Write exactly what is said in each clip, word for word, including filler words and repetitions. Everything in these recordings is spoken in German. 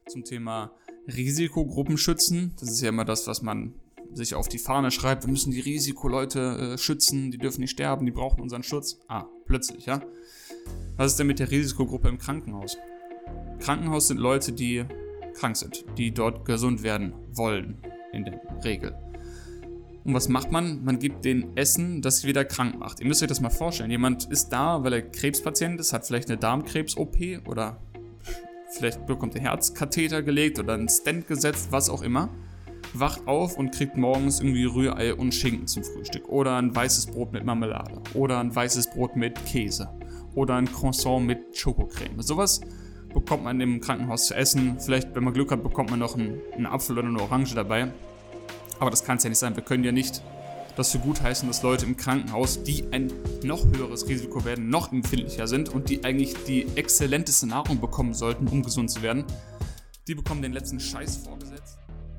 zum Thema Risikogruppen schützen. Das ist ja immer das, was man sich auf die Fahne schreibt. Wir müssen die Risikoleute äh, schützen, die dürfen nicht sterben, die brauchen unseren Schutz. Ah, plötzlich, ja. Was ist denn mit der Risikogruppe im Krankenhaus? Krankenhaus sind Leute, die krank sind, die dort gesund werden wollen, in der Regel. Und was macht man? Man gibt denen Essen, das sie wieder krank macht. Ihr müsst euch das mal vorstellen. Jemand ist da, weil er Krebspatient ist, hat vielleicht eine Darmkrebs-O P oder vielleicht bekommt er Herzkatheter gelegt oder einen Stent gesetzt, was auch immer. Wacht auf und kriegt morgens irgendwie Rührei und Schinken zum Frühstück. Oder ein weißes Brot mit Marmelade. Oder ein weißes Brot mit Käse. Oder ein Croissant mit Schokocreme. Sowas bekommt man im Krankenhaus zu essen. Vielleicht, wenn man Glück hat, bekommt man noch einen, einen Apfel oder eine Orange dabei. Aber das kann es ja nicht sein. Wir können ja nicht das für gut heißen, dass Leute im Krankenhaus, die ein noch höheres Risiko werden, noch empfindlicher sind und die eigentlich die exzellenteste Nahrung bekommen sollten, um gesund zu werden, die bekommen den letzten Scheiß vorgesetzt.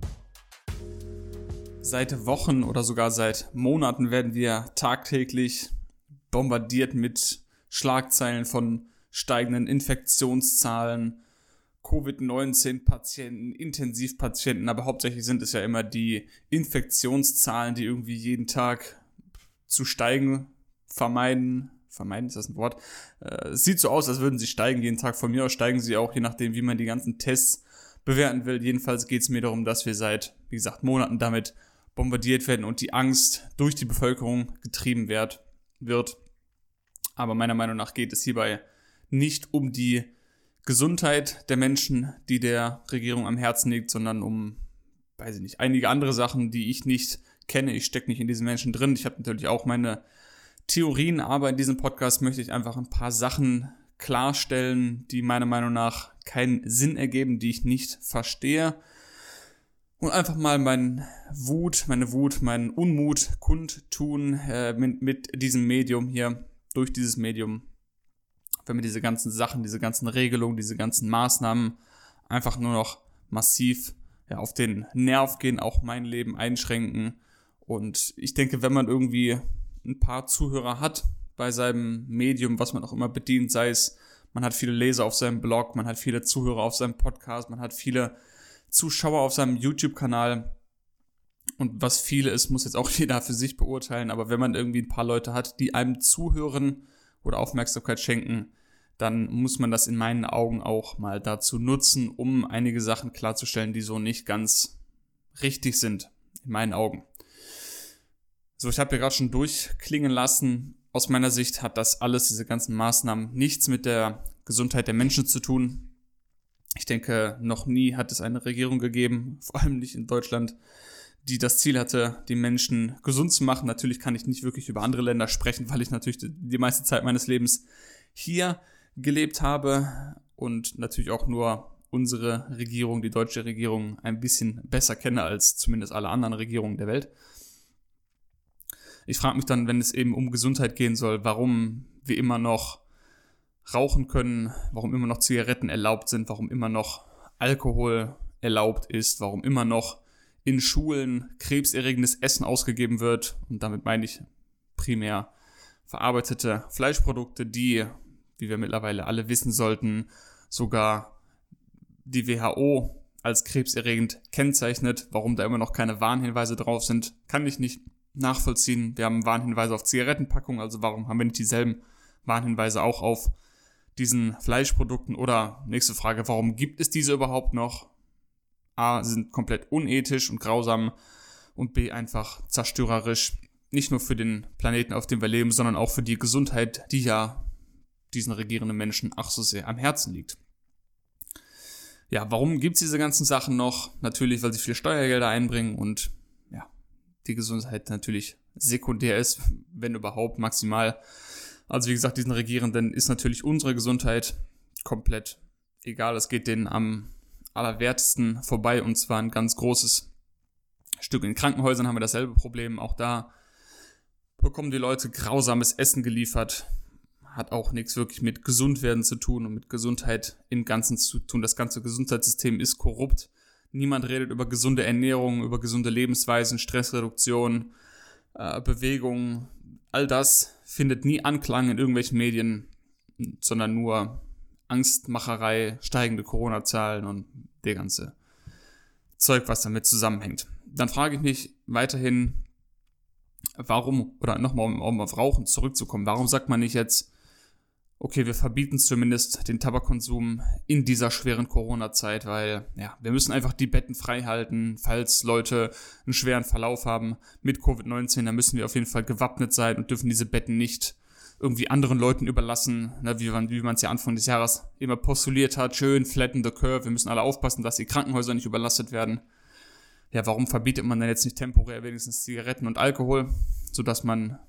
Seit Wochen oder sogar seit Monaten werden wir tagtäglich bombardiert mit Schlagzeilen von steigenden Infektionszahlen, Covid neunzehn Patienten, Intensivpatienten, aber hauptsächlich sind es ja immer die Infektionszahlen, die irgendwie jeden Tag zu steigen vermeiden. Vermeiden ist das ein Wort? Äh, es sieht so aus, als würden sie steigen jeden Tag. Von mir aus steigen sie auch, je nachdem, wie man die ganzen Tests bewerten will. Jedenfalls geht es mir darum, dass wir seit, wie gesagt, Monaten damit bombardiert werden und die Angst durch die Bevölkerung getrieben wird. Aber meiner Meinung nach geht es hierbei nicht um die Gesundheit der Menschen, die der Regierung am Herzen liegt, sondern um, weiß ich nicht, einige andere Sachen, die ich nicht kenne. Ich stecke nicht in diesen Menschen drin. Ich habe natürlich auch meine Theorien, aber in diesem Podcast möchte ich einfach ein paar Sachen klarstellen, die meiner Meinung nach keinen Sinn ergeben, die ich nicht verstehe. Und einfach mal meine Wut, meine Wut, meinen Unmut kundtun äh, mit, mit diesem Medium hier, durch dieses Medium. Wenn mir diese ganzen Sachen, diese ganzen Regelungen, diese ganzen Maßnahmen einfach nur noch massiv ja, auf den Nerv gehen, auch mein Leben einschränken. Und ich denke, wenn man irgendwie ein paar Zuhörer hat bei seinem Medium, was man auch immer bedient, sei es, man hat viele Leser auf seinem Blog, man hat viele Zuhörer auf seinem Podcast, man hat viele Zuschauer auf seinem YouTube-Kanal. Und was viele ist, muss jetzt auch jeder für sich beurteilen. Aber wenn man irgendwie ein paar Leute hat, die einem zuhören oder Aufmerksamkeit schenken, dann muss man das in meinen Augen auch mal dazu nutzen, um einige Sachen klarzustellen, die so nicht ganz richtig sind, in meinen Augen. So, ich habe ja gerade schon durchklingen lassen. Aus meiner Sicht hat das alles, diese ganzen Maßnahmen, nichts mit der Gesundheit der Menschen zu tun. Ich denke, noch nie hat es eine Regierung gegeben, vor allem nicht in Deutschland, die das Ziel hatte, die Menschen gesund zu machen. Natürlich kann ich nicht wirklich über andere Länder sprechen, weil ich natürlich die meiste Zeit meines Lebens hier gelebt habe und natürlich auch nur unsere Regierung, die deutsche Regierung, ein bisschen besser kenne als zumindest alle anderen Regierungen der Welt. Ich frage mich dann, wenn es eben um Gesundheit gehen soll, warum wir immer noch rauchen können, warum immer noch Zigaretten erlaubt sind, warum immer noch Alkohol erlaubt ist, warum immer noch in Schulen krebserregendes Essen ausgegeben wird. Und damit meine ich primär verarbeitete Fleischprodukte, die, wie wir mittlerweile alle wissen sollten, sogar die W H O als krebserregend kennzeichnet. Warum da immer noch keine Warnhinweise drauf sind, kann ich nicht nachvollziehen. Wir haben Warnhinweise auf Zigarettenpackungen, also warum haben wir nicht dieselben Warnhinweise auch auf diesen Fleischprodukten? Oder nächste Frage, warum gibt es diese überhaupt noch? A, sie sind komplett unethisch und grausam und B, einfach zerstörerisch. Nicht nur für den Planeten, auf dem wir leben, sondern auch für die Gesundheit, die ja diesen regierenden Menschen ach so sehr am Herzen liegt. Ja, warum gibt es diese ganzen Sachen noch? Natürlich, weil sie viele Steuergelder einbringen und ja, die Gesundheit natürlich sekundär ist, wenn überhaupt maximal. Also wie gesagt, diesen Regierenden ist natürlich unsere Gesundheit komplett egal. Es geht denen am allerwertesten vorbei und zwar ein ganz großes Stück. In Krankenhäusern haben wir dasselbe Problem. Auch da bekommen die Leute grausames Essen geliefert. Hat auch nichts wirklich mit Gesundwerden zu tun und mit Gesundheit im Ganzen zu tun. Das ganze Gesundheitssystem ist korrupt. Niemand redet über gesunde Ernährung, über gesunde Lebensweisen, Stressreduktion, äh, Bewegung. All das findet nie Anklang in irgendwelchen Medien, sondern nur Angstmacherei, steigende Corona-Zahlen und der ganze Zeug, was damit zusammenhängt. Dann frage ich mich weiterhin, warum, oder nochmal, um, um auf Rauchen zurückzukommen, warum sagt man nicht jetzt, okay, wir verbieten zumindest den Tabakkonsum in dieser schweren Corona-Zeit, weil ja, wir müssen einfach die Betten frei halten, falls Leute einen schweren Verlauf haben mit Covid neunzehn, dann müssen wir auf jeden Fall gewappnet sein und dürfen diese Betten nicht irgendwie anderen Leuten überlassen, ne, wie man wie man es ja Anfang des Jahres immer postuliert hat, schön flatten the curve, wir müssen alle aufpassen, dass die Krankenhäuser nicht überlastet werden. Ja, warum verbietet man dann jetzt nicht temporär wenigstens Zigaretten und Alkohol, sodass man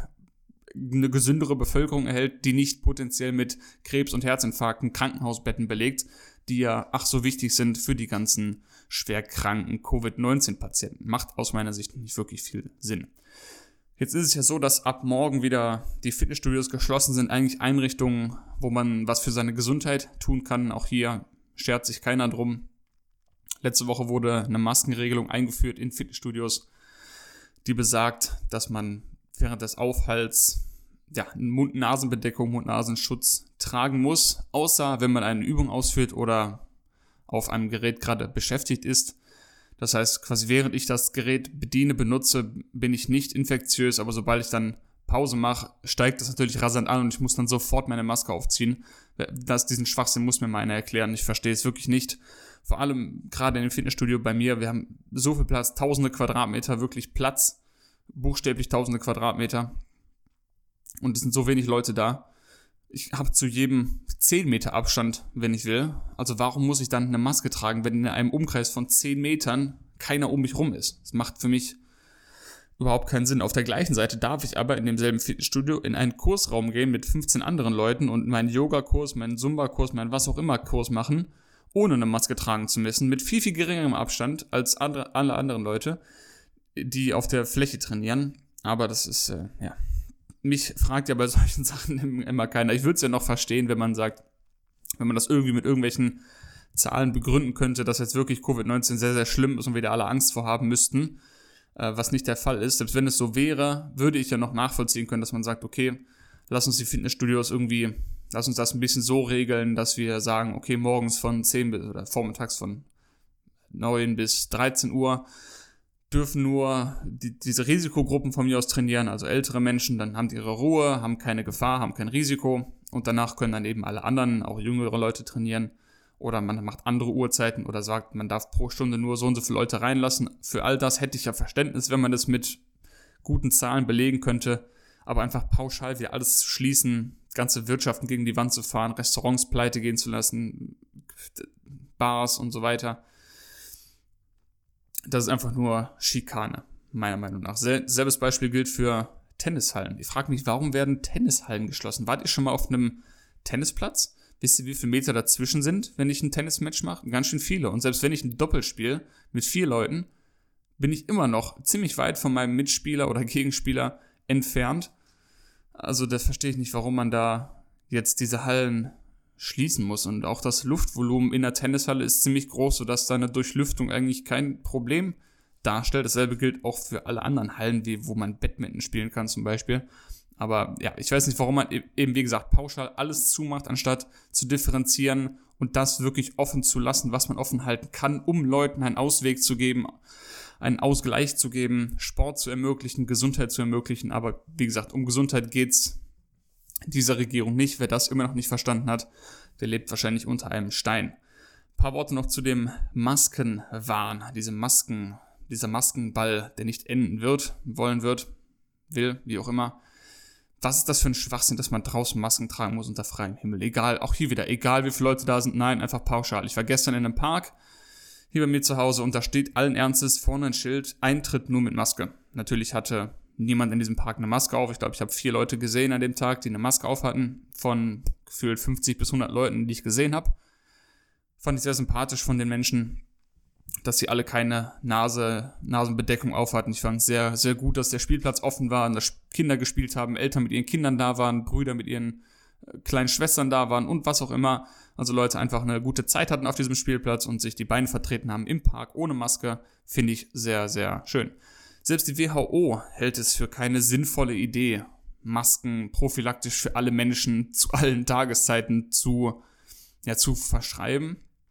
eine gesündere Bevölkerung erhält, die nicht potenziell mit Krebs- und Herzinfarkten Krankenhausbetten belegt, die ja ach so wichtig sind für die ganzen schwerkranken Covid neunzehn Patienten. Macht aus meiner Sicht nicht wirklich viel Sinn. Jetzt ist es ja so, dass ab morgen wieder die Fitnessstudios geschlossen sind, eigentlich Einrichtungen, wo man was für seine Gesundheit tun kann. Auch hier schert sich keiner drum. Letzte Woche wurde eine Maskenregelung eingeführt in Fitnessstudios, die besagt, dass man während des Aufhalts ja, Mund-Nasen-Bedeckung, Mund-Nasen-Schutz tragen muss, außer wenn man eine Übung ausführt oder auf einem Gerät gerade beschäftigt ist. Das heißt, quasi während ich das Gerät bediene, benutze, bin ich nicht infektiös, aber sobald ich dann Pause mache, steigt das natürlich rasant an und ich muss dann sofort meine Maske aufziehen. Das, diesen Schwachsinn muss mir mal einer erklären, ich verstehe es wirklich nicht. Vor allem gerade in dem Fitnessstudio bei mir, wir haben so viel Platz, tausende Quadratmeter, wirklich Platz, buchstäblich tausende Quadratmeter und es sind so wenig Leute da. Ich habe zu jedem zehn Meter Abstand, wenn ich will. Also warum muss ich dann eine Maske tragen, wenn in einem Umkreis von zehn Metern keiner um mich rum ist? Das macht für mich überhaupt keinen Sinn. Auf der gleichen Seite darf ich aber in demselben Fitnessstudio in einen Kursraum gehen mit fünfzehn anderen Leuten und meinen Yoga-Kurs, meinen Zumba-Kurs, meinen was auch immer Kurs machen, ohne eine Maske tragen zu müssen, mit viel, viel geringerem Abstand als andere, alle anderen Leute, die auf der Fläche trainieren. Aber das ist, äh, ja... Mich fragt ja bei solchen Sachen immer keiner. Ich würde es ja noch verstehen, wenn man sagt, wenn man das irgendwie mit irgendwelchen Zahlen begründen könnte, dass jetzt wirklich Covid neunzehn sehr, sehr schlimm ist und wir da alle Angst vor haben müssten, äh, was nicht der Fall ist. Selbst wenn es so wäre, würde ich ja noch nachvollziehen können, dass man sagt, okay, lass uns die Fitnessstudios irgendwie, lass uns das ein bisschen so regeln, dass wir sagen, okay, morgens von zehn bis, oder vormittags von neun bis dreizehn Uhr dürfen nur die, diese Risikogruppen von mir aus trainieren, also ältere Menschen, dann haben die ihre Ruhe, haben keine Gefahr, haben kein Risiko und danach können dann eben alle anderen, auch jüngere Leute trainieren oder man macht andere Uhrzeiten oder sagt, man darf pro Stunde nur so und so viele Leute reinlassen. Für all das hätte ich ja Verständnis, wenn man das mit guten Zahlen belegen könnte, aber einfach pauschal wir alles schließen, ganze Wirtschaften gegen die Wand zu fahren, Restaurants pleite gehen zu lassen, Bars und so weiter. Das ist einfach nur Schikane, meiner Meinung nach. Sel- selbes Beispiel gilt für Tennishallen. Ich frage mich, warum werden Tennishallen geschlossen? Wart ihr schon mal auf einem Tennisplatz? Wisst ihr, wie viele Meter dazwischen sind, wenn ich ein Tennismatch mache? Ganz schön viele. Und selbst wenn ich ein Doppel spiele mit vier Leuten, bin ich immer noch ziemlich weit von meinem Mitspieler oder Gegenspieler entfernt. Also das verstehe ich nicht, warum man da jetzt diese Hallen schließen muss. Und auch das Luftvolumen in der Tennishalle ist ziemlich groß, sodass da eine Durchlüftung eigentlich kein Problem darstellt. Dasselbe gilt auch für alle anderen Hallen, wie wo man Badminton spielen kann zum Beispiel. Aber ja, ich weiß nicht, warum man eben, wie gesagt, pauschal alles zumacht, anstatt zu differenzieren und das wirklich offen zu lassen, was man offen halten kann, um Leuten einen Ausweg zu geben, einen Ausgleich zu geben, Sport zu ermöglichen, Gesundheit zu ermöglichen. Aber wie gesagt, um Gesundheit geht's dieser Regierung nicht. Wer das immer noch nicht verstanden hat, der lebt wahrscheinlich unter einem Stein. Ein paar Worte noch zu dem Maskenwahn, diese Masken, dieser Maskenball, der nicht enden wird, wollen wird, will, wie auch immer. Was ist das für ein Schwachsinn, dass man draußen Masken tragen muss unter freiem Himmel? Egal, auch hier wieder, egal wie viele Leute da sind, nein, einfach pauschal. Ich war gestern in einem Park, hier bei mir zu Hause, und da steht allen Ernstes vorne ein Schild, Eintritt nur mit Maske. Natürlich hatte niemand in diesem Park eine Maske auf. Ich glaube, ich habe vier Leute gesehen an dem Tag, die eine Maske auf hatten, von gefühlt fünfzig bis hundert Leuten, die ich gesehen habe. Fand ich sehr sympathisch von den Menschen, dass sie alle keine Nase, Nasenbedeckung auf hatten. Ich fand es sehr, sehr gut, dass der Spielplatz offen war, dass Kinder gespielt haben, Eltern mit ihren Kindern da waren, Brüder mit ihren kleinen Schwestern da waren und was auch immer. Also Leute einfach eine gute Zeit hatten auf diesem Spielplatz und sich die Beine vertreten haben im Park ohne Maske, finde ich sehr, sehr schön. Selbst die W H O hält es für keine sinnvolle Idee, Masken prophylaktisch für alle Menschen zu allen Tageszeiten zu, ja, zu verschreiben.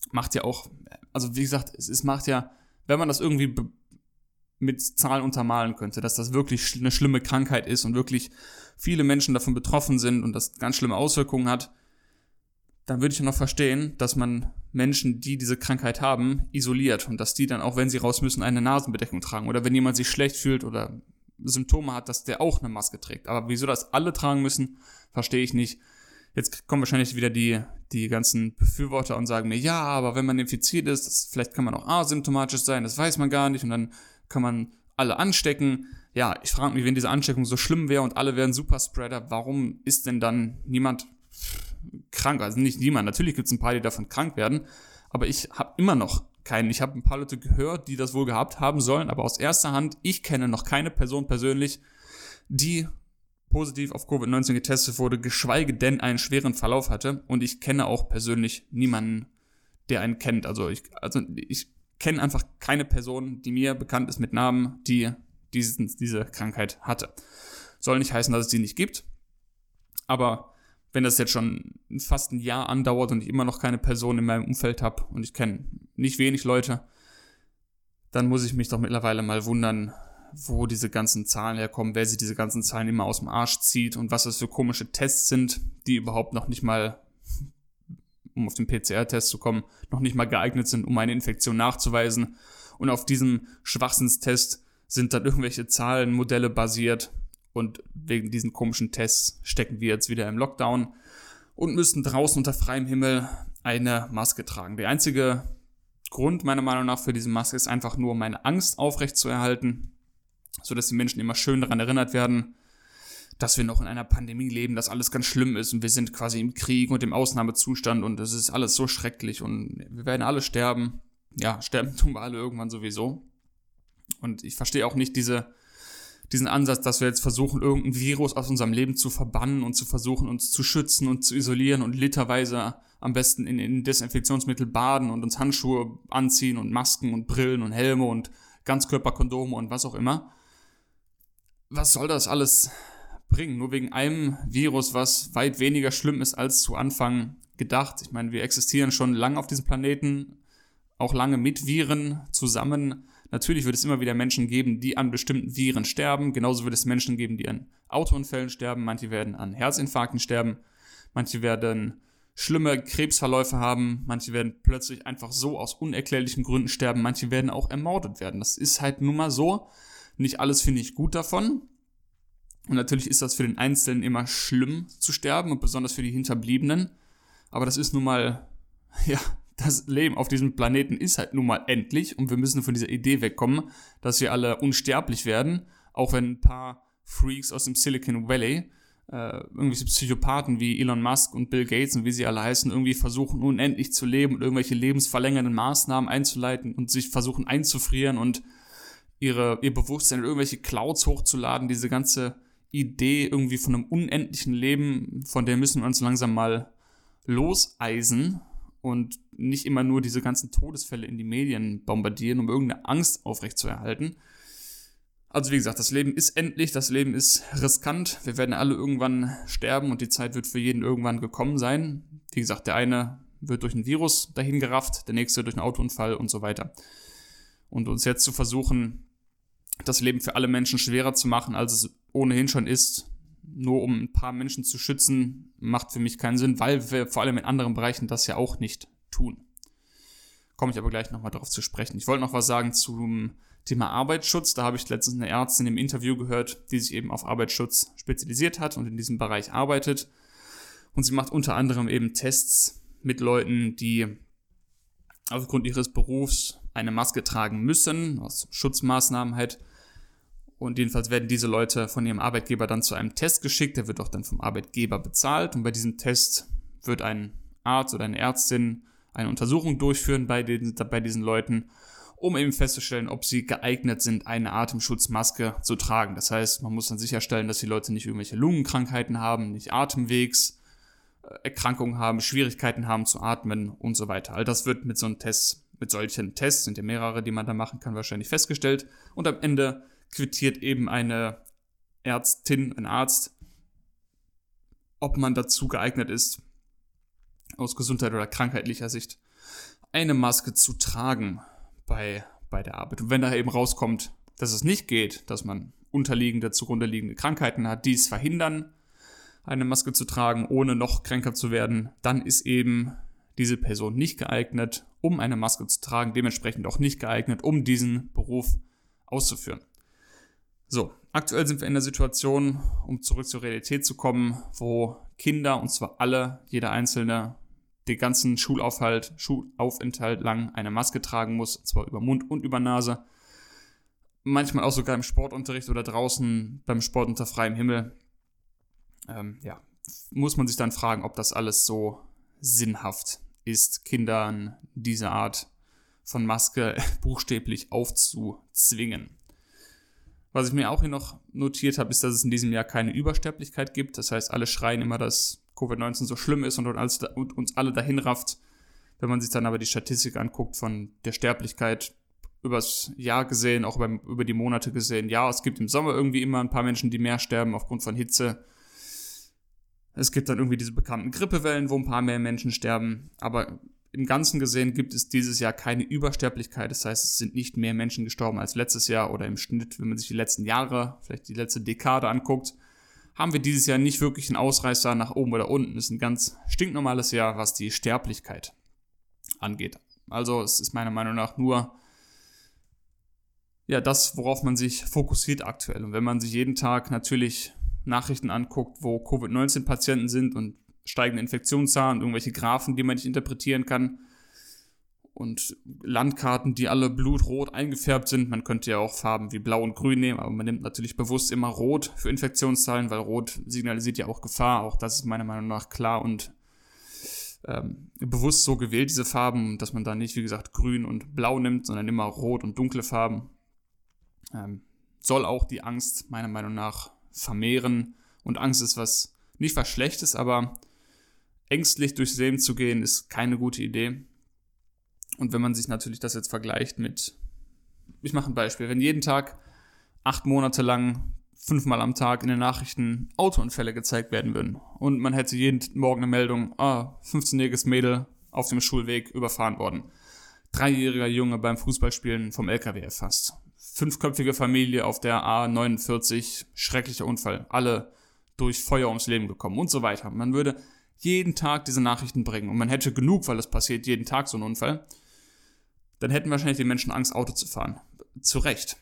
macht ja auch, also wie gesagt, es, es macht ja, wenn man das irgendwie be- mit Zahlen untermalen könnte, dass das wirklich eine schlimme Krankheit ist und wirklich viele Menschen davon betroffen sind und das ganz schlimme Auswirkungen hat, dann würde ich noch verstehen, dass man Menschen, die diese Krankheit haben, isoliert und dass die dann auch, wenn sie raus müssen, eine Nasenbedeckung tragen oder wenn jemand sich schlecht fühlt oder Symptome hat, dass der auch eine Maske trägt. Aber wieso das alle tragen müssen, verstehe ich nicht. Jetzt kommen wahrscheinlich wieder die, die ganzen Befürworter und sagen mir, ja, aber wenn man infiziert ist, das, vielleicht kann man auch asymptomatisch sein, das weiß man gar nicht und dann kann man alle anstecken. Ja, ich frage mich, wenn diese Ansteckung so schlimm wäre und alle wären Superspreader, warum ist denn dann niemand krank? Also nicht niemand, natürlich gibt es ein paar, die davon krank werden, aber ich habe immer noch keinen. Ich habe ein paar Leute gehört, die das wohl gehabt haben sollen, aber aus erster Hand, ich kenne noch keine Person persönlich, die positiv auf Covid neunzehn getestet wurde, geschweige denn einen schweren Verlauf hatte. Und ich kenne auch persönlich niemanden, der einen kennt. Also ich, also ich kenne einfach keine Person, die mir bekannt ist mit Namen, die diesen, diese Krankheit hatte. Soll nicht heißen, dass es die nicht gibt. Aber wenn das jetzt schon fast ein Jahr andauert und ich immer noch keine Person in meinem Umfeld habe und ich kenne nicht wenig Leute, dann muss ich mich doch mittlerweile mal wundern, wo diese ganzen Zahlen herkommen, wer sich diese ganzen Zahlen immer aus dem Arsch zieht und was das für komische Tests sind, die überhaupt noch nicht mal, um auf den P C R-Test zu kommen, noch nicht mal geeignet sind, um eine Infektion nachzuweisen. Und auf diesem Schwachsinnstest sind dann irgendwelche Zahlenmodelle basiert und wegen diesen komischen Tests stecken wir jetzt wieder im Lockdown und müssen draußen unter freiem Himmel eine Maske tragen. Der einzige Grund meiner Meinung nach für diese Maske ist einfach nur, meine Angst aufrechtzuerhalten, sodass die Menschen immer schön daran erinnert werden, dass wir noch in einer Pandemie leben, dass alles ganz schlimm ist und wir sind quasi im Krieg und im Ausnahmezustand und es ist alles so schrecklich und wir werden alle sterben. Ja, sterben tun wir alle irgendwann sowieso. Und ich verstehe auch nicht diese, diesen Ansatz, dass wir jetzt versuchen, irgendein Virus aus unserem Leben zu verbannen und zu versuchen, uns zu schützen und zu isolieren und literweise am besten in, in Desinfektionsmittel baden und uns Handschuhe anziehen und Masken und Brillen und Helme und Ganzkörperkondome und was auch immer. Was soll das alles bringen? Nur wegen einem Virus, was weit weniger schlimm ist als zu Anfang gedacht. Ich meine, wir existieren schon lange auf diesem Planeten, auch lange mit Viren zusammen. Natürlich wird es immer wieder Menschen geben, die an bestimmten Viren sterben. Genauso wird es Menschen geben, die an Autounfällen sterben. Manche werden an Herzinfarkten sterben. Manche werden schlimme Krebsverläufe haben. Manche werden plötzlich einfach so aus unerklärlichen Gründen sterben. Manche werden auch ermordet werden. Das ist halt nun mal so. Nicht alles finde ich gut davon. Und natürlich ist das für den Einzelnen immer schlimm zu sterben und besonders für die Hinterbliebenen. Aber das ist nun mal, ja, das Leben auf diesem Planeten ist halt nun mal endlich und wir müssen von dieser Idee wegkommen, dass wir alle unsterblich werden, auch wenn ein paar Freaks aus dem Silicon Valley, äh, irgendwelche Psychopathen wie Elon Musk und Bill Gates und wie sie alle heißen, irgendwie versuchen unendlich zu leben und irgendwelche lebensverlängernden Maßnahmen einzuleiten und sich versuchen einzufrieren und ihre, ihr Bewusstsein in irgendwelche Clouds hochzuladen. Diese ganze Idee irgendwie von einem unendlichen Leben, von der müssen wir uns langsam mal loseisen und nicht immer nur diese ganzen Todesfälle in die Medien bombardieren, um irgendeine Angst aufrechtzuerhalten. Also wie gesagt, das Leben ist endlich, das Leben ist riskant, wir werden alle irgendwann sterben und die Zeit wird für jeden irgendwann gekommen sein. Wie gesagt, der eine wird durch ein Virus dahin gerafft, der nächste durch einen Autounfall und so weiter. Und uns jetzt zu versuchen, das Leben für alle Menschen schwerer zu machen, als es ohnehin schon ist, nur um ein paar Menschen zu schützen, macht für mich keinen Sinn, weil wir vor allem in anderen Bereichen das ja auch nicht tun. Komme ich aber gleich nochmal darauf zu sprechen. Ich wollte noch was sagen zum Thema Arbeitsschutz. Da habe ich letztens eine Ärztin im Interview gehört, die sich eben auf Arbeitsschutz spezialisiert hat und in diesem Bereich arbeitet. Und sie macht unter anderem eben Tests mit Leuten, die aufgrund ihres Berufs eine Maske tragen müssen, aus Schutzmaßnahmen halt. Und jedenfalls werden diese Leute von ihrem Arbeitgeber dann zu einem Test geschickt, der wird auch dann vom Arbeitgeber bezahlt. Und bei diesem Test wird ein Arzt oder eine Ärztin eine Untersuchung durchführen bei, den, bei diesen Leuten, um eben festzustellen, ob sie geeignet sind, eine Atemschutzmaske zu tragen. Das heißt, man muss dann sicherstellen, dass die Leute nicht irgendwelche Lungenkrankheiten haben, nicht Atemwegserkrankungen haben, Schwierigkeiten haben zu atmen und so weiter. All das wird mit so einem Test, mit solchen Tests, sind ja mehrere, die man da machen kann, wahrscheinlich festgestellt. Und am Ende quittiert eben eine Ärztin, ein Arzt, ob man dazu geeignet ist, aus gesundheit- oder krankheitlicher Sicht eine Maske zu tragen bei, bei der Arbeit. Und wenn da eben rauskommt, dass es nicht geht, dass man unterliegende, zugrunde liegende Krankheiten hat, die es verhindern, eine Maske zu tragen, ohne noch kränker zu werden, dann ist eben diese Person nicht geeignet, um eine Maske zu tragen, dementsprechend auch nicht geeignet, um diesen Beruf auszuführen. So, aktuell sind wir in der Situation, um zurück zur Realität zu kommen, wo Kinder, und zwar alle, jeder Einzelne, den ganzen Schulaufhalt, Schulaufenthalt lang eine Maske tragen muss, und zwar über Mund und über Nase. Manchmal auch sogar im Sportunterricht oder draußen beim Sport unter freiem Himmel. Ähm, ja, muss man sich dann fragen, ob das alles so sinnhaft ist, Kindern diese Art von Maske buchstäblich aufzuzwingen. Was ich mir auch hier noch notiert habe, ist, dass es in diesem Jahr keine Übersterblichkeit gibt. Das heißt, alle schreien immer, dass Covid neunzehn so schlimm ist und uns alle dahin rafft. Wenn man sich dann aber die Statistik anguckt von der Sterblichkeit übers Jahr gesehen, auch über, über die Monate gesehen, ja, es gibt im Sommer irgendwie immer ein paar Menschen, die mehr sterben aufgrund von Hitze. Es gibt dann irgendwie diese bekannten Grippewellen, wo ein paar mehr Menschen sterben. Aber im Ganzen gesehen gibt es dieses Jahr keine Übersterblichkeit. Das heißt, es sind nicht mehr Menschen gestorben als letztes Jahr oder im Schnitt, wenn man sich die letzten Jahre, vielleicht die letzte Dekade anguckt, haben wir dieses Jahr nicht wirklich einen Ausreißer nach oben oder unten. Es ist ein ganz stinknormales Jahr, was die Sterblichkeit angeht. Also es ist meiner Meinung nach nur ja das, worauf man sich fokussiert aktuell. Und wenn man sich jeden Tag natürlich Nachrichten anguckt, wo Covid neunzehn Patienten sind und steigende Infektionszahlen, irgendwelche Graphen, die man nicht interpretieren kann und Landkarten, die alle blutrot eingefärbt sind. Man könnte ja auch Farben wie Blau und Grün nehmen, aber man nimmt natürlich bewusst immer Rot für Infektionszahlen, weil Rot signalisiert ja auch Gefahr. Auch das ist meiner Meinung nach klar und ähm, bewusst so gewählt, diese Farben, dass man da nicht, wie gesagt, Grün und Blau nimmt, sondern immer Rot und dunkle Farben. Ähm, soll auch die Angst meiner Meinung nach vermehren. Und Angst ist was, nicht was Schlechtes, aber ängstlich durchs Leben zu gehen, ist keine gute Idee. Und wenn man sich natürlich das jetzt vergleicht mit, ich mache ein Beispiel, wenn jeden Tag acht Monate lang, fünfmal am Tag in den Nachrichten Autounfälle gezeigt werden würden und man hätte jeden Morgen eine Meldung, ah, fünfzehnjähriges Mädel auf dem Schulweg überfahren worden, dreijähriger Junge beim Fußballspielen vom L K W erfasst, fünfköpfige Familie auf der A neunundvierzig, schrecklicher Unfall, alle durch Feuer ums Leben gekommen und so weiter. Man würde jeden Tag diese Nachrichten bringen und man hätte genug, weil es passiert jeden Tag so ein Unfall, dann hätten wahrscheinlich die Menschen Angst, Auto zu fahren. Zu Recht.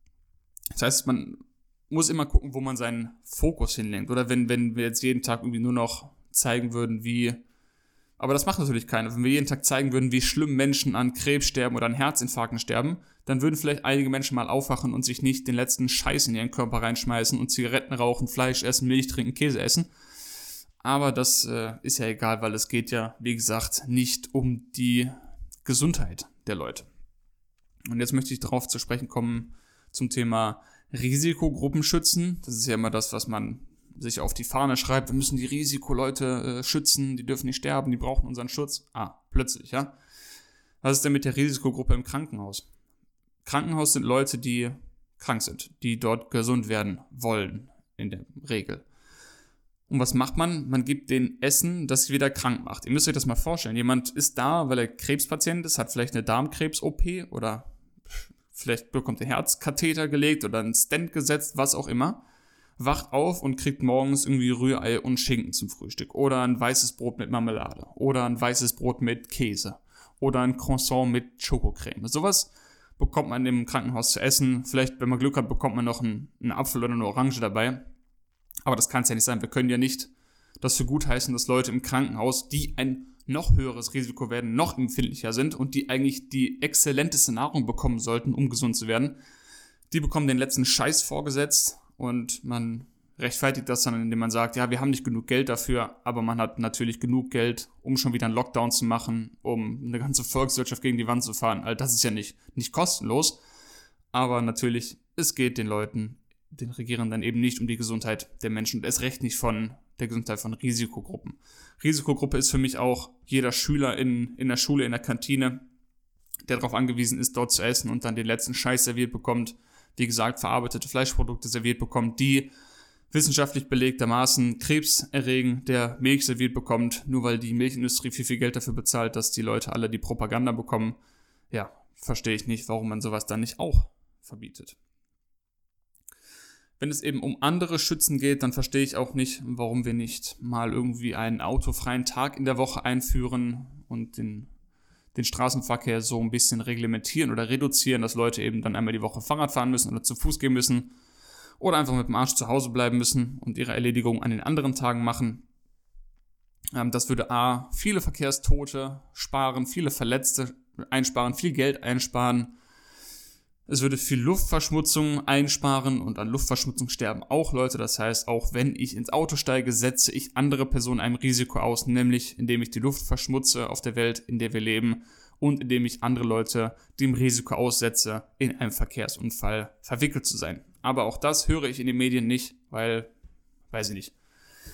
Das heißt, man muss immer gucken, wo man seinen Fokus hinlenkt. Oder wenn, wenn wir jetzt jeden Tag irgendwie nur noch zeigen würden, wie, aber das macht natürlich keiner, wenn wir jeden Tag zeigen würden, wie schlimm Menschen an Krebs sterben oder an Herzinfarkten sterben, dann würden vielleicht einige Menschen mal aufwachen und sich nicht den letzten Scheiß in ihren Körper reinschmeißen und Zigaretten rauchen, Fleisch essen, Milch trinken, Käse essen. Aber das äh, ist ja egal, weil es geht ja, wie gesagt, nicht um die Gesundheit der Leute. Und jetzt möchte ich darauf zu sprechen kommen zum Thema Risikogruppen schützen. Das ist ja immer das, was man sich auf die Fahne schreibt. Wir müssen die Risikoleute äh, schützen, die dürfen nicht sterben, die brauchen unseren Schutz. Ah, plötzlich, ja. Was ist denn mit der Risikogruppe im Krankenhaus? Krankenhaus sind Leute, die krank sind, die dort gesund werden wollen, in der Regel. Und was macht man? Man gibt denen Essen, das sie wieder krank macht. Ihr müsst euch das mal vorstellen. Jemand ist da, weil er Krebspatient ist, hat vielleicht eine Darmkrebs-O P oder vielleicht bekommt er Herzkatheter gelegt oder einen Stent gesetzt, was auch immer. Wacht auf und kriegt morgens irgendwie Rührei und Schinken zum Frühstück. Oder ein weißes Brot mit Marmelade. Oder ein weißes Brot mit Käse. Oder ein Croissant mit Schokocreme. Sowas bekommt man im Krankenhaus zu essen. Vielleicht, wenn man Glück hat, bekommt man noch einen, einen Apfel oder eine Orange dabei. Aber das kann es ja nicht sein. Wir können ja nicht das für gut heißen, dass Leute im Krankenhaus, die ein noch höheres Risiko werden, noch empfindlicher sind und die eigentlich die exzellenteste Nahrung bekommen sollten, um gesund zu werden, die bekommen den letzten Scheiß vorgesetzt und man rechtfertigt das dann, indem man sagt, ja, wir haben nicht genug Geld dafür, aber man hat natürlich genug Geld, um schon wieder einen Lockdown zu machen, um eine ganze Volkswirtschaft gegen die Wand zu fahren. Also das ist ja nicht, nicht kostenlos, aber natürlich, es geht den Leuten, den Regierenden eben nicht um die Gesundheit der Menschen und erst recht nicht von der Gesundheit von Risikogruppen. Risikogruppe ist für mich auch jeder Schüler in, in der Schule, in der Kantine, der darauf angewiesen ist, dort zu essen und dann den letzten Scheiß serviert bekommt, wie gesagt, verarbeitete Fleischprodukte serviert bekommt, die wissenschaftlich belegtermaßen krebserregend, der Milch serviert bekommt, nur weil die Milchindustrie viel, viel Geld dafür bezahlt, dass die Leute alle die Propaganda bekommen. Ja, verstehe ich nicht, warum man sowas dann nicht auch verbietet. Wenn es eben um andere Schützen geht, dann verstehe ich auch nicht, warum wir nicht mal irgendwie einen autofreien Tag in der Woche einführen und den, den Straßenverkehr so ein bisschen reglementieren oder reduzieren, dass Leute eben dann einmal die Woche Fahrrad fahren müssen oder zu Fuß gehen müssen oder einfach mit dem Arsch zu Hause bleiben müssen und ihre Erledigung an den anderen Tagen machen. Ähm, das würde A, viele Verkehrstote sparen, viele Verletzte einsparen, viel Geld einsparen. Es würde viel Luftverschmutzung einsparen und an Luftverschmutzung sterben auch Leute. Das heißt, auch wenn ich ins Auto steige, setze ich andere Personen einem Risiko aus, nämlich indem ich die Luft verschmutze auf der Welt, in der wir leben und indem ich andere Leute dem Risiko aussetze, in einem Verkehrsunfall verwickelt zu sein. Aber auch das höre ich in den Medien nicht, weil, weiß ich nicht,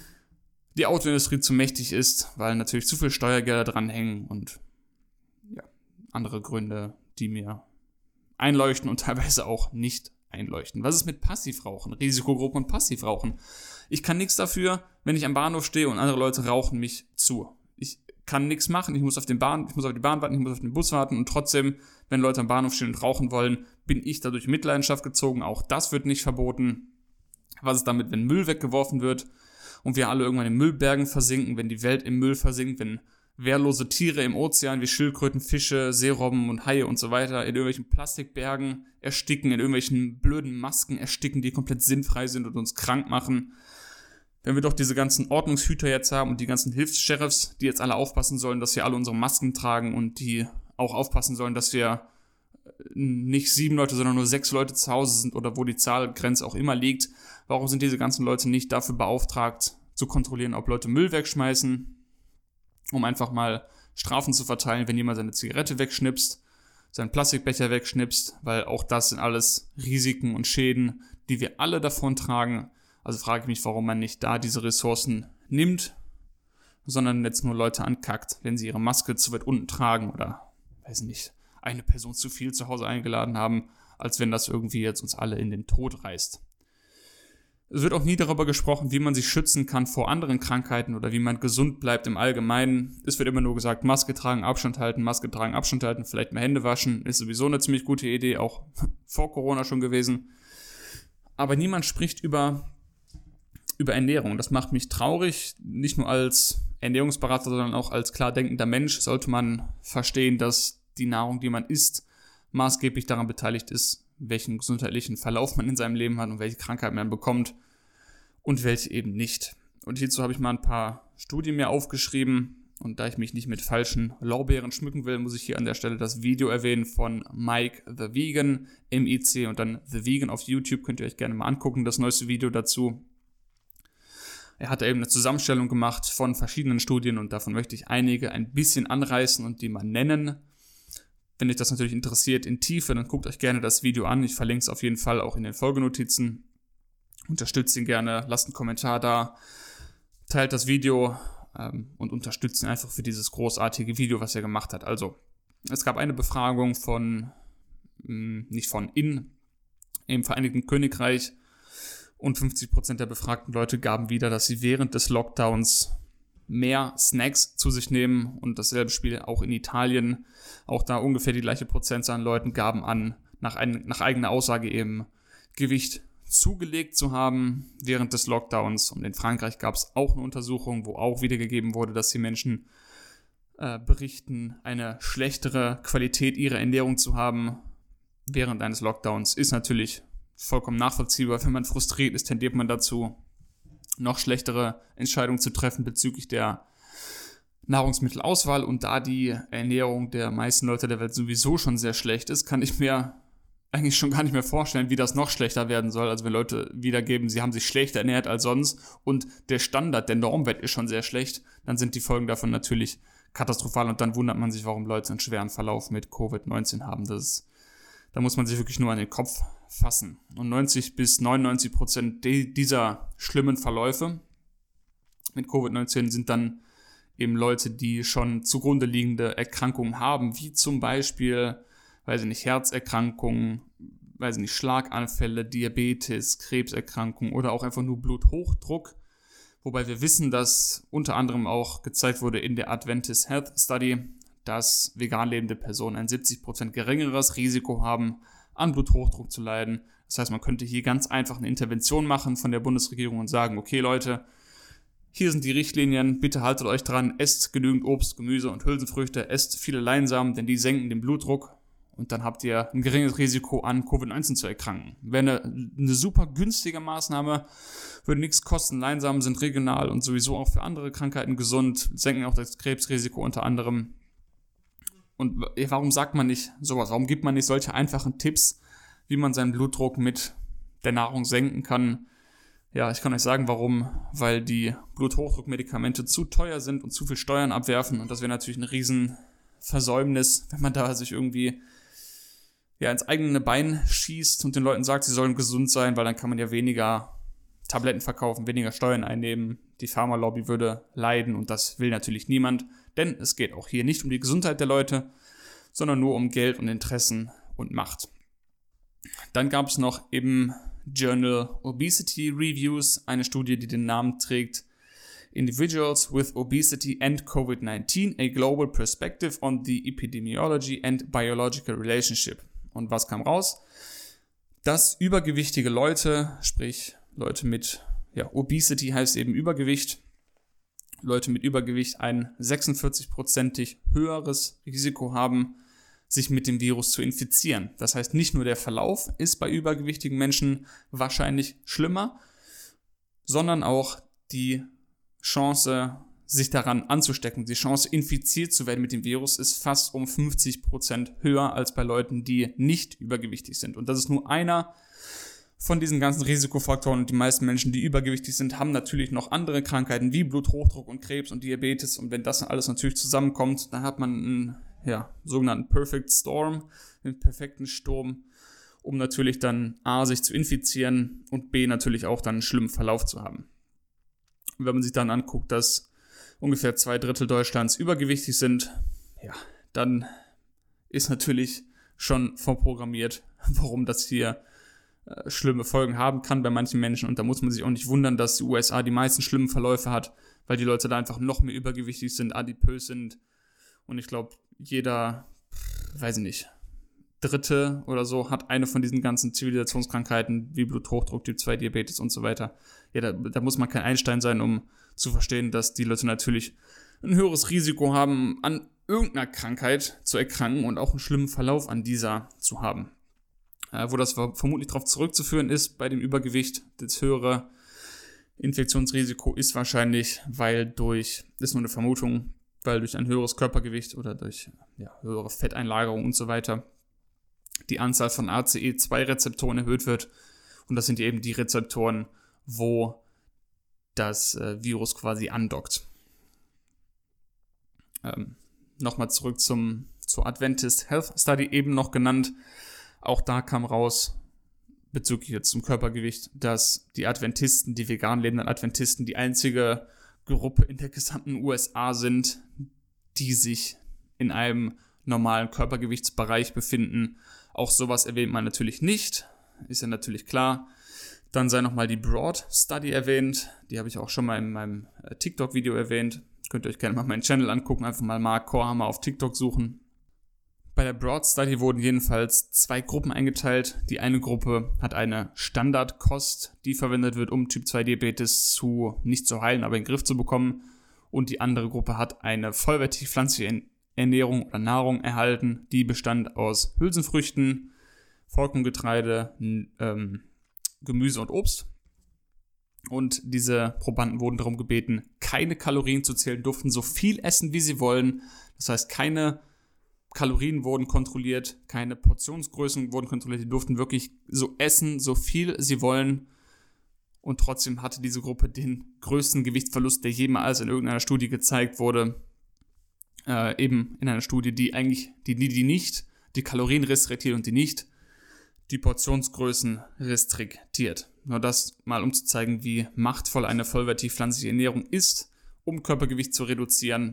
die Autoindustrie zu mächtig ist, weil natürlich zu viel Steuergelder dranhängen und ja, andere Gründe, die mir einleuchten und teilweise auch nicht einleuchten. Was ist mit Passivrauchen? Risikogruppen und Passivrauchen. Ich kann nichts dafür, wenn ich am Bahnhof stehe und andere Leute rauchen mich zu. Ich kann nichts machen, ich muss auf den Bahn, ich muss auf die Bahn warten, ich muss auf den Bus warten und trotzdem, wenn Leute am Bahnhof stehen und rauchen wollen, bin ich dadurch in Mitleidenschaft gezogen. Auch das wird nicht verboten. Was ist damit, wenn Müll weggeworfen wird und wir alle irgendwann in Müllbergen versinken, wenn die Welt im Müll versinkt, wenn wehrlose Tiere im Ozean wie Schildkröten, Fische, Seerobben und Haie und so weiter in irgendwelchen Plastikbergen ersticken, in irgendwelchen blöden Masken ersticken, die komplett sinnfrei sind und uns krank machen. Wenn wir doch diese ganzen Ordnungshüter jetzt haben und die ganzen Hilfs-Sheriffs, die jetzt alle aufpassen sollen, dass wir alle unsere Masken tragen und die auch aufpassen sollen, dass wir nicht sieben Leute, sondern nur sechs Leute zu Hause sind oder wo die Zahlgrenze auch immer liegt, warum sind diese ganzen Leute nicht dafür beauftragt, zu kontrollieren, ob Leute Müll wegschmeißen, um einfach mal Strafen zu verteilen, wenn jemand seine Zigarette wegschnipst, seinen Plastikbecher wegschnipst, weil auch das sind alles Risiken und Schäden, die wir alle davon tragen. Also frage ich mich, warum man nicht da diese Ressourcen nimmt, sondern jetzt nur Leute ankackt, wenn sie ihre Maske zu weit unten tragen oder, weiß nicht, eine Person zu viel zu Hause eingeladen haben, als wenn das irgendwie jetzt uns alle in den Tod reißt. Es wird auch nie darüber gesprochen, wie man sich schützen kann vor anderen Krankheiten oder wie man gesund bleibt im Allgemeinen. Es wird immer nur gesagt, Maske tragen, Abstand halten, Maske tragen, Abstand halten, vielleicht mal Hände waschen. Ist sowieso eine ziemlich gute Idee, auch vor Corona schon gewesen. Aber niemand spricht über, über Ernährung. Das macht mich traurig. Nicht nur als Ernährungsberater, sondern auch als klar denkender Mensch sollte man verstehen, dass die Nahrung, die man isst, maßgeblich daran beteiligt ist, welchen gesundheitlichen Verlauf man in seinem Leben hat und welche Krankheit man bekommt und welche eben nicht. Und hierzu habe ich mal ein paar Studien mir aufgeschrieben und da ich mich nicht mit falschen Lorbeeren schmücken will, muss ich hier an der Stelle das Video erwähnen von Mike the Vegan, M I C und dann The Vegan auf YouTube, könnt ihr euch gerne mal angucken, das neueste Video dazu. Er hat eben eine Zusammenstellung gemacht von verschiedenen Studien und davon möchte ich einige ein bisschen anreißen und die mal nennen. Wenn euch das natürlich interessiert in Tiefe, dann guckt euch gerne das Video an. Ich verlinke es auf jeden Fall auch in den Folgenotizen. Unterstützt ihn gerne, lasst einen Kommentar da, teilt das Video ähm, und unterstützt ihn einfach für dieses großartige Video, was er gemacht hat. Also, es gab eine Befragung von, mh, nicht von, in, im Vereinigten Königreich und fünfzig Prozent der befragten Leute gaben wieder, dass sie während des Lockdowns mehr Snacks zu sich nehmen und dasselbe Spiel auch in Italien. Auch da ungefähr die gleiche Prozentzahl an Leuten gaben an, nach, ein, nach eigener Aussage eben Gewicht zugelegt zu haben während des Lockdowns. Und in Frankreich gab es auch eine Untersuchung, wo auch wiedergegeben wurde, dass die Menschen äh, berichten, eine schlechtere Qualität ihrer Ernährung zu haben während eines Lockdowns. Ist natürlich vollkommen nachvollziehbar. Wenn man frustriert ist, tendiert man dazu, noch schlechtere Entscheidungen zu treffen bezüglich der Nahrungsmittelauswahl. Und da die Ernährung der meisten Leute der Welt sowieso schon sehr schlecht ist, kann ich mir eigentlich schon gar nicht mehr vorstellen, wie das noch schlechter werden soll. Also wenn Leute wiedergeben, sie haben sich schlechter ernährt als sonst und der Standard, der Normwert ist schon sehr schlecht, dann sind die Folgen davon natürlich katastrophal und dann wundert man sich, warum Leute einen schweren Verlauf mit Covid neunzehn haben. Das ist, da muss man sich wirklich nur an den Kopf fassen. Und neunzig bis neunundneunzig Prozent de- dieser schlimmen Verläufe mit Covid neunzehn sind dann eben Leute, die schon zugrunde liegende Erkrankungen haben, wie zum Beispiel, weiß ich nicht, Herzerkrankungen, weiß nicht, Schlaganfälle, Diabetes, Krebserkrankungen oder auch einfach nur Bluthochdruck. Wobei wir wissen, dass unter anderem auch gezeigt wurde in der Adventist Health Study, dass vegan lebende Personen ein siebzig Prozent geringeres Risiko haben, an Bluthochdruck zu leiden. Das heißt, man könnte hier ganz einfach eine Intervention machen von der Bundesregierung und sagen, okay Leute, hier sind die Richtlinien, bitte haltet euch dran, esst genügend Obst, Gemüse und Hülsenfrüchte, esst viele Leinsamen, denn die senken den Blutdruck und dann habt ihr ein geringes Risiko an Covid neunzehn zu erkranken. Wäre eine, eine super günstige Maßnahme, würde nichts kosten. Leinsamen sind regional und sowieso auch für andere Krankheiten gesund, senken auch das Krebsrisiko unter anderem. Und warum sagt man nicht sowas? Warum gibt man nicht solche einfachen Tipps, wie man seinen Blutdruck mit der Nahrung senken kann? Ja, ich kann euch sagen, warum. Weil die Bluthochdruckmedikamente zu teuer sind und zu viel Steuern abwerfen. Und das wäre natürlich ein Riesenversäumnis, wenn man da sich irgendwie ja, ins eigene Bein schießt und den Leuten sagt, sie sollen gesund sein, weil dann kann man ja weniger Tabletten verkaufen, weniger Steuern einnehmen. Die Pharmalobby würde leiden und das will natürlich niemand. Denn es geht auch hier nicht um die Gesundheit der Leute, sondern nur um Geld und Interessen und Macht. Dann gab es noch im Journal Obesity Reviews eine Studie, die den Namen trägt Individuals with Obesity and Covid nineteen, a Global Perspective on the Epidemiology and Biological Relationship. Und was kam raus? Dass übergewichtige Leute, sprich Leute mit ja, Obesity heißt eben Übergewicht, Leute mit Übergewicht ein sechsundvierzig-prozentig höheres Risiko haben, sich mit dem Virus zu infizieren. Das heißt, nicht nur der Verlauf ist bei übergewichtigen Menschen wahrscheinlich schlimmer, sondern auch die Chance, sich daran anzustecken, die Chance, infiziert zu werden mit dem Virus, ist fast um fünfzig Prozent höher als bei Leuten, die nicht übergewichtig sind. Und das ist nur einer von diesen ganzen Risikofaktoren. Und die meisten Menschen, die übergewichtig sind, haben natürlich noch andere Krankheiten wie Bluthochdruck und Krebs und Diabetes. Und wenn das alles natürlich zusammenkommt, dann hat man einen ja, sogenannten Perfect Storm, einen perfekten Sturm, um natürlich dann A, sich zu infizieren und B, natürlich auch dann einen schlimmen Verlauf zu haben. Und wenn man sich dann anguckt, dass ungefähr zwei Drittel Deutschlands übergewichtig sind, ja, dann ist natürlich schon vorprogrammiert, warum das hier äh, schlimme Folgen haben kann bei manchen Menschen. Und da muss man sich auch nicht wundern, dass die U S A die meisten schlimmen Verläufe hat, weil die Leute da einfach noch mehr übergewichtig sind, adipös sind. Und ich glaube, jeder, weiß ich nicht, Dritte oder so hat eine von diesen ganzen Zivilisationskrankheiten wie Bluthochdruck, Typ zwei Diabetes und so weiter. Ja, da, da muss man kein Einstein sein, um zu verstehen, dass die Leute natürlich ein höheres Risiko haben, an irgendeiner Krankheit zu erkranken und auch einen schlimmen Verlauf an dieser zu haben. Äh, wo das vermutlich darauf zurückzuführen ist, bei dem Übergewicht, das höhere Infektionsrisiko ist wahrscheinlich, weil durch, das ist nur eine Vermutung, weil durch ein höheres Körpergewicht oder durch ja, höhere Fetteinlagerung und so weiter die Anzahl von A C E zwei Rezeptoren erhöht wird. Und das sind eben die Rezeptoren, wo das äh, Virus quasi andockt. Ähm, Nochmal zurück zum, zur Adventist Health Study eben noch genannt. Auch da kam raus, bezüglich jetzt zum Körpergewicht, dass die Adventisten, die vegan lebenden Adventisten, die einzige Gruppe in der gesamten U S A sind, die sich in einem normalen Körpergewichtsbereich befinden. Auch sowas erwähnt man natürlich nicht, ist ja natürlich klar. Dann sei nochmal die Broad Study erwähnt, die habe ich auch schon mal in meinem TikTok-Video erwähnt. Könnt ihr euch gerne mal meinen Channel angucken, einfach mal Mark Korhammer auf TikTok suchen. Bei der Broad Study wurden jedenfalls zwei Gruppen eingeteilt. Die eine Gruppe hat eine Standardkost, die verwendet wird, um Typ zwei Diabetes zu, nicht zu heilen, aber in den Griff zu bekommen. Und die andere Gruppe hat eine vollwertige pflanzliche Ernährung oder Nahrung erhalten, die bestand aus Hülsenfrüchten, Vollkorngetreide, ähm, Gemüse und Obst. Und diese Probanden wurden darum gebeten, keine Kalorien zu zählen, durften so viel essen, wie sie wollen. Das heißt, keine Kalorien wurden kontrolliert, keine Portionsgrößen wurden kontrolliert. Die durften wirklich so essen, so viel sie wollen. Und trotzdem hatte diese Gruppe den größten Gewichtsverlust, der jemals in irgendeiner Studie gezeigt wurde. Äh, eben in einer Studie, die eigentlich, die, die nicht die Kalorien restriktiert und die nicht die Portionsgrößen restriktiert. Nur das mal, um zu zeigen, wie machtvoll eine vollwertige pflanzliche Ernährung ist, um Körpergewicht zu reduzieren.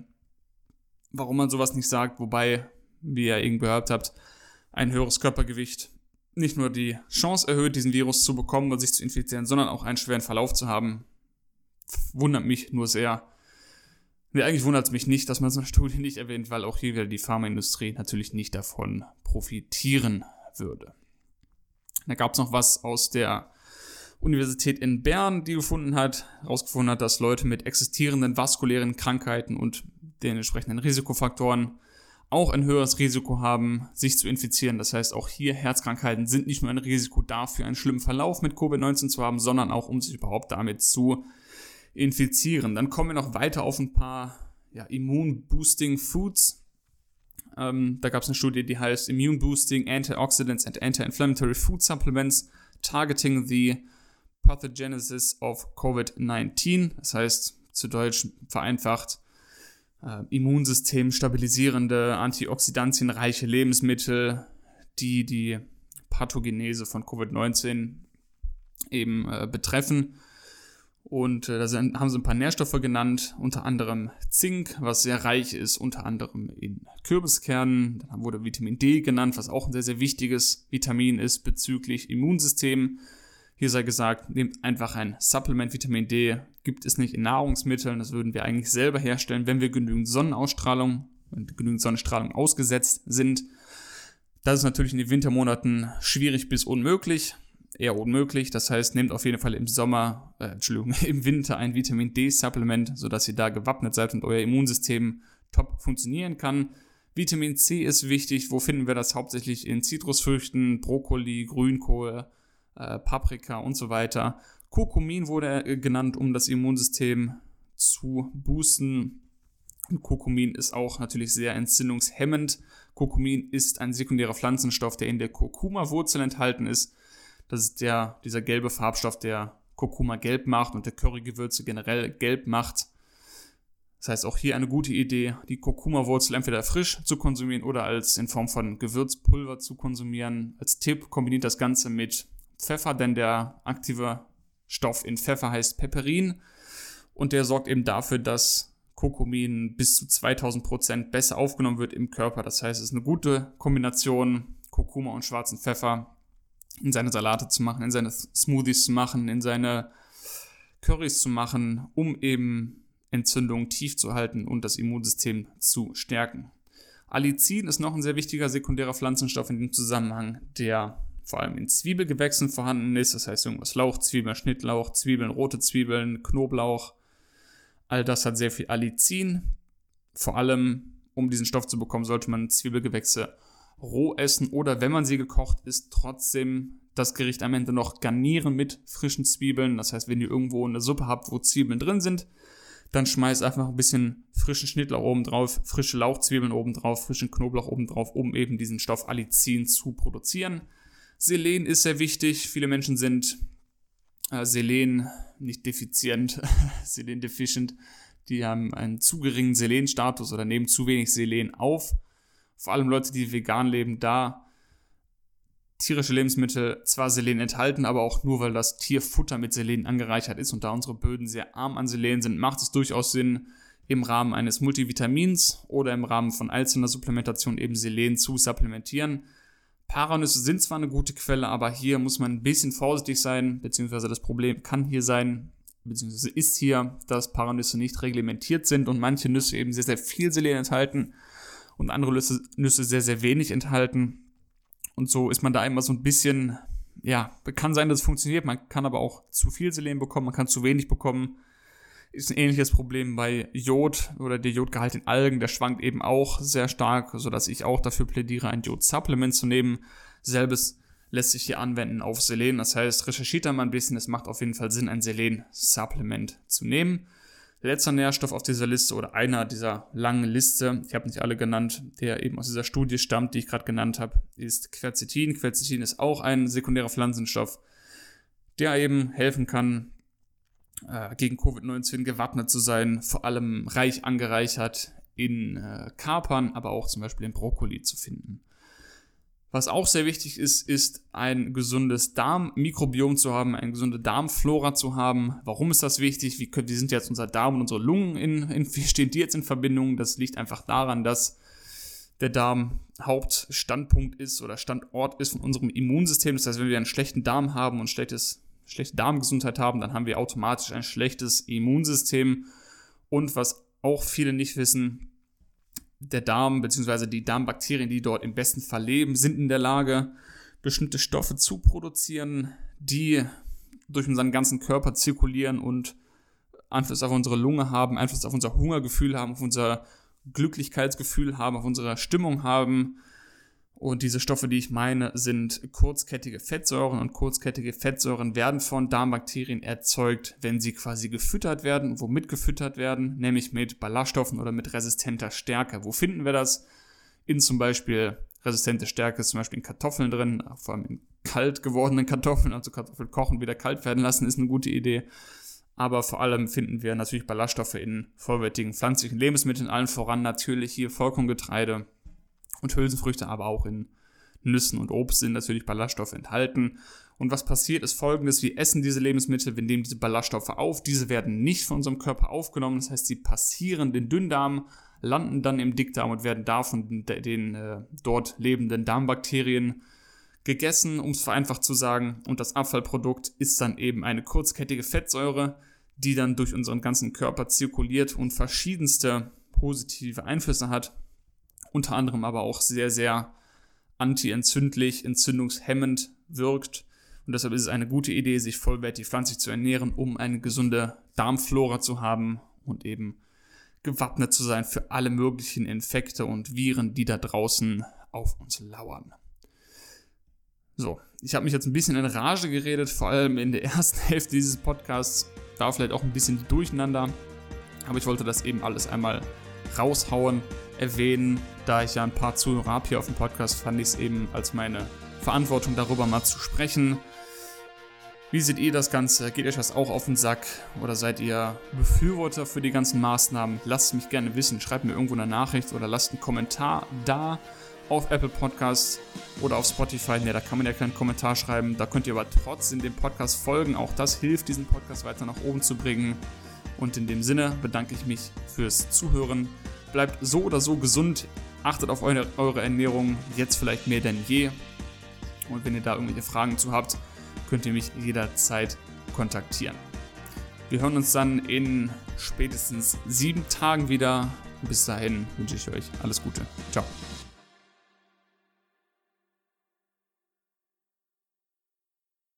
Warum man sowas nicht sagt, wobei, wie ihr eben gehört habt, ein höheres Körpergewicht nicht nur die Chance erhöht, diesen Virus zu bekommen und sich zu infizieren, sondern auch einen schweren Verlauf zu haben. Wundert mich nur sehr. Nee, eigentlich wundert es mich nicht, dass man so eine Studie nicht erwähnt, weil auch hier wieder die Pharmaindustrie natürlich nicht davon profitieren würde. Da gab es noch was aus der Universität in Bern, die gefunden hat, herausgefunden hat, dass Leute mit existierenden vaskulären Krankheiten und den entsprechenden Risikofaktoren auch ein höheres Risiko haben, sich zu infizieren. Das heißt, auch hier Herzkrankheiten sind nicht nur ein Risiko dafür, einen schlimmen Verlauf mit Covid neunzehn zu haben, sondern auch, um sich überhaupt damit zu infizieren. Dann kommen wir noch weiter auf ein paar ja, Immune-Boosting Foods. Ähm, da gab es eine Studie, die heißt Immune Boosting Antioxidants and Anti-Inflammatory Food Supplements Targeting the Pathogenesis of Covid neunzehn. Das heißt, zu Deutsch vereinfacht, äh, Immunsystem stabilisierende, antioxidantienreiche Lebensmittel, die die Pathogenese von Covid neunzehn eben äh, betreffen. Und äh, da sind, haben sie ein paar Nährstoffe genannt, unter anderem Zink, was sehr reich ist, unter anderem in Kürbiskernen. Dann wurde Vitamin D genannt, was auch ein sehr, sehr wichtiges Vitamin ist bezüglich Immunsystem. Hier sei gesagt, nehmt einfach ein Supplement Vitamin D, gibt es nicht in Nahrungsmitteln, das würden wir eigentlich selber herstellen, wenn wir genügend Sonnenausstrahlung und genügend Sonnenstrahlung ausgesetzt sind. Das ist natürlich in den Wintermonaten schwierig bis unmöglich. Eher unmöglich, das heißt, nehmt auf jeden Fall im Sommer, äh, Entschuldigung, im Winter ein Vitamin D-Supplement, sodass ihr da gewappnet seid und euer Immunsystem top funktionieren kann. Vitamin C ist wichtig, wo finden wir das? Hauptsächlich in Zitrusfrüchten, Brokkoli, Grünkohl, äh, Paprika und so weiter. Kurkumin wurde äh, genannt, um das Immunsystem zu boosten. Und Kurkumin ist auch natürlich sehr entzündungshemmend. Kurkumin ist ein sekundärer Pflanzenstoff, der in der Kurkuma-Wurzel enthalten ist. Das ist der, dieser gelbe Farbstoff, der Kurkuma gelb macht und der Currygewürze generell gelb macht. Das heißt, auch hier eine gute Idee, die Kurkuma-Wurzel entweder frisch zu konsumieren oder als in Form von Gewürzpulver zu konsumieren. Als Tipp kombiniert das Ganze mit Pfeffer, denn der aktive Stoff in Pfeffer heißt Peperin und der sorgt eben dafür, dass Kurkumin bis zu zweitausend Prozent besser aufgenommen wird im Körper. Das heißt, es ist eine gute Kombination, Kurkuma und schwarzen Pfeffer in seine Salate zu machen, in seine Smoothies zu machen, in seine Currys zu machen, um eben Entzündungen tief zu halten und das Immunsystem zu stärken. Allicin ist noch ein sehr wichtiger sekundärer Pflanzenstoff in dem Zusammenhang, der vor allem in Zwiebelgewächsen vorhanden ist. Das heißt irgendwas Lauchzwiebeln, Schnittlauch, Zwiebeln, rote Zwiebeln, Knoblauch. All das hat sehr viel Allicin. Vor allem, um diesen Stoff zu bekommen, sollte man Zwiebelgewächse roh essen oder wenn man sie gekocht isst, trotzdem das Gericht am Ende noch garnieren mit frischen Zwiebeln. Das heißt, wenn ihr irgendwo eine Suppe habt, wo Zwiebeln drin sind, dann schmeißt einfach ein bisschen frischen Schnittlauch oben drauf, frische Lauchzwiebeln oben drauf, frischen Knoblauch oben drauf, um eben diesen Stoff Allicin zu produzieren. Selen ist sehr wichtig. Viele Menschen sind äh, Selen nicht defizient, Selen deficient. Die haben einen zu geringen Selenstatus oder nehmen zu wenig Selen auf. Vor allem Leute, die vegan leben, da tierische Lebensmittel zwar Selen enthalten, aber auch nur, weil das Tierfutter mit Selen angereichert ist und da unsere Böden sehr arm an Selen sind, macht es durchaus Sinn, im Rahmen eines Multivitamins oder im Rahmen von einzelner Supplementation eben Selen zu supplementieren. Paranüsse sind zwar eine gute Quelle, aber hier muss man ein bisschen vorsichtig sein, beziehungsweise das Problem kann hier sein, beziehungsweise ist hier, dass Paranüsse nicht reglementiert sind und manche Nüsse eben sehr, sehr viel Selen enthalten und andere Nüsse, Nüsse sehr, sehr wenig enthalten. Und so ist man da immer so ein bisschen, ja, kann sein, dass es funktioniert, man kann aber auch zu viel Selen bekommen, man kann zu wenig bekommen. Ist ein ähnliches Problem bei Jod oder der Jodgehalt in Algen, der schwankt eben auch sehr stark, sodass ich auch dafür plädiere, ein Jod-Supplement zu nehmen. Selbes lässt sich hier anwenden auf Selen, das heißt, recherchiert da mal ein bisschen, es macht auf jeden Fall Sinn, ein Selen-Supplement zu nehmen. Der letzte Nährstoff auf dieser Liste oder einer dieser langen Liste, ich habe nicht alle genannt, der eben aus dieser Studie stammt, die ich gerade genannt habe, ist Quercetin. Quercetin ist auch ein sekundärer Pflanzenstoff, der eben helfen kann, äh, gegen Covid neunzehn gewappnet zu sein, vor allem reich angereichert in äh, Kapern, aber auch zum Beispiel in Brokkoli zu finden. Was auch sehr wichtig ist, ist ein gesundes Darmmikrobiom zu haben, eine gesunde Darmflora zu haben. Warum ist das wichtig? Wie, können, wie sind jetzt unser Darm und unsere Lungen, in, in, wie stehen die jetzt in Verbindung? Das liegt einfach daran, dass der Darm Hauptstandpunkt ist oder Standort ist von unserem Immunsystem. Das heißt, wenn wir einen schlechten Darm haben und schlechtes, schlechte Darmgesundheit haben, dann haben wir automatisch ein schlechtes Immunsystem. Und was auch viele nicht wissen, der Darm bzw. die Darmbakterien, die dort im besten Fall leben, sind in der Lage, bestimmte Stoffe zu produzieren, die durch unseren ganzen Körper zirkulieren und Einfluss auf unsere Lunge haben, Einfluss auf unser Hungergefühl haben, auf unser Glücklichkeitsgefühl haben, auf unsere Stimmung haben. Und diese Stoffe, die ich meine, sind kurzkettige Fettsäuren. Und kurzkettige Fettsäuren werden von Darmbakterien erzeugt, wenn sie quasi gefüttert werden. Womit gefüttert werden? Nämlich mit Ballaststoffen oder mit resistenter Stärke. Wo finden wir das? In zum Beispiel resistente Stärke ist zum Beispiel in Kartoffeln drin, vor allem in kalt gewordenen Kartoffeln. Also Kartoffeln kochen, wieder kalt werden lassen, ist eine gute Idee. Aber vor allem finden wir natürlich Ballaststoffe in vollwertigen pflanzlichen Lebensmitteln, allen voran natürlich hier Vollkorngetreide und Hülsenfrüchte, aber auch in Nüssen und Obst sind natürlich Ballaststoffe enthalten. Und was passiert, ist Folgendes: Wir essen diese Lebensmittel, wir nehmen diese Ballaststoffe auf, diese werden nicht von unserem Körper aufgenommen, das heißt, sie passieren den Dünndarm, landen dann im Dickdarm und werden da von den, den äh, dort lebenden Darmbakterien gegessen, um es vereinfacht zu sagen. Und das Abfallprodukt ist dann eben eine kurzkettige Fettsäure, die dann durch unseren ganzen Körper zirkuliert und verschiedenste positive Einflüsse hat. Unter anderem aber auch sehr, sehr antientzündlich, entzündungshemmend wirkt. Und deshalb ist es eine gute Idee, sich vollwertig pflanzlich zu ernähren, um eine gesunde Darmflora zu haben und eben gewappnet zu sein für alle möglichen Infekte und Viren, die da draußen auf uns lauern. So, ich habe mich jetzt ein bisschen in Rage geredet, vor allem in der ersten Hälfte dieses Podcasts. War vielleicht auch ein bisschen durcheinander, aber ich wollte das eben alles einmal raushauen, erwähnen. Da ich ja ein paar Zuhörer habe hier auf dem Podcast, fand ich es eben als meine Verantwortung, darüber mal zu sprechen. Wie seht ihr das Ganze? Geht euch das auch auf den Sack? Oder seid ihr Befürworter für die ganzen Maßnahmen? Lasst es mich gerne wissen. Schreibt mir irgendwo eine Nachricht oder lasst einen Kommentar da auf Apple Podcasts oder auf Spotify. Ne, da kann man ja keinen Kommentar schreiben. Da könnt ihr aber trotzdem dem Podcast folgen. Auch das hilft, diesen Podcast weiter nach oben zu bringen. Und in dem Sinne bedanke ich mich fürs Zuhören. Bleibt so oder so gesund. Achtet auf eure, eure Ernährung. Jetzt vielleicht mehr denn je. Und wenn ihr da irgendwelche Fragen zu habt, könnt ihr mich jederzeit kontaktieren. Wir hören uns dann in spätestens sieben Tagen wieder. Bis dahin wünsche ich euch alles Gute. Ciao.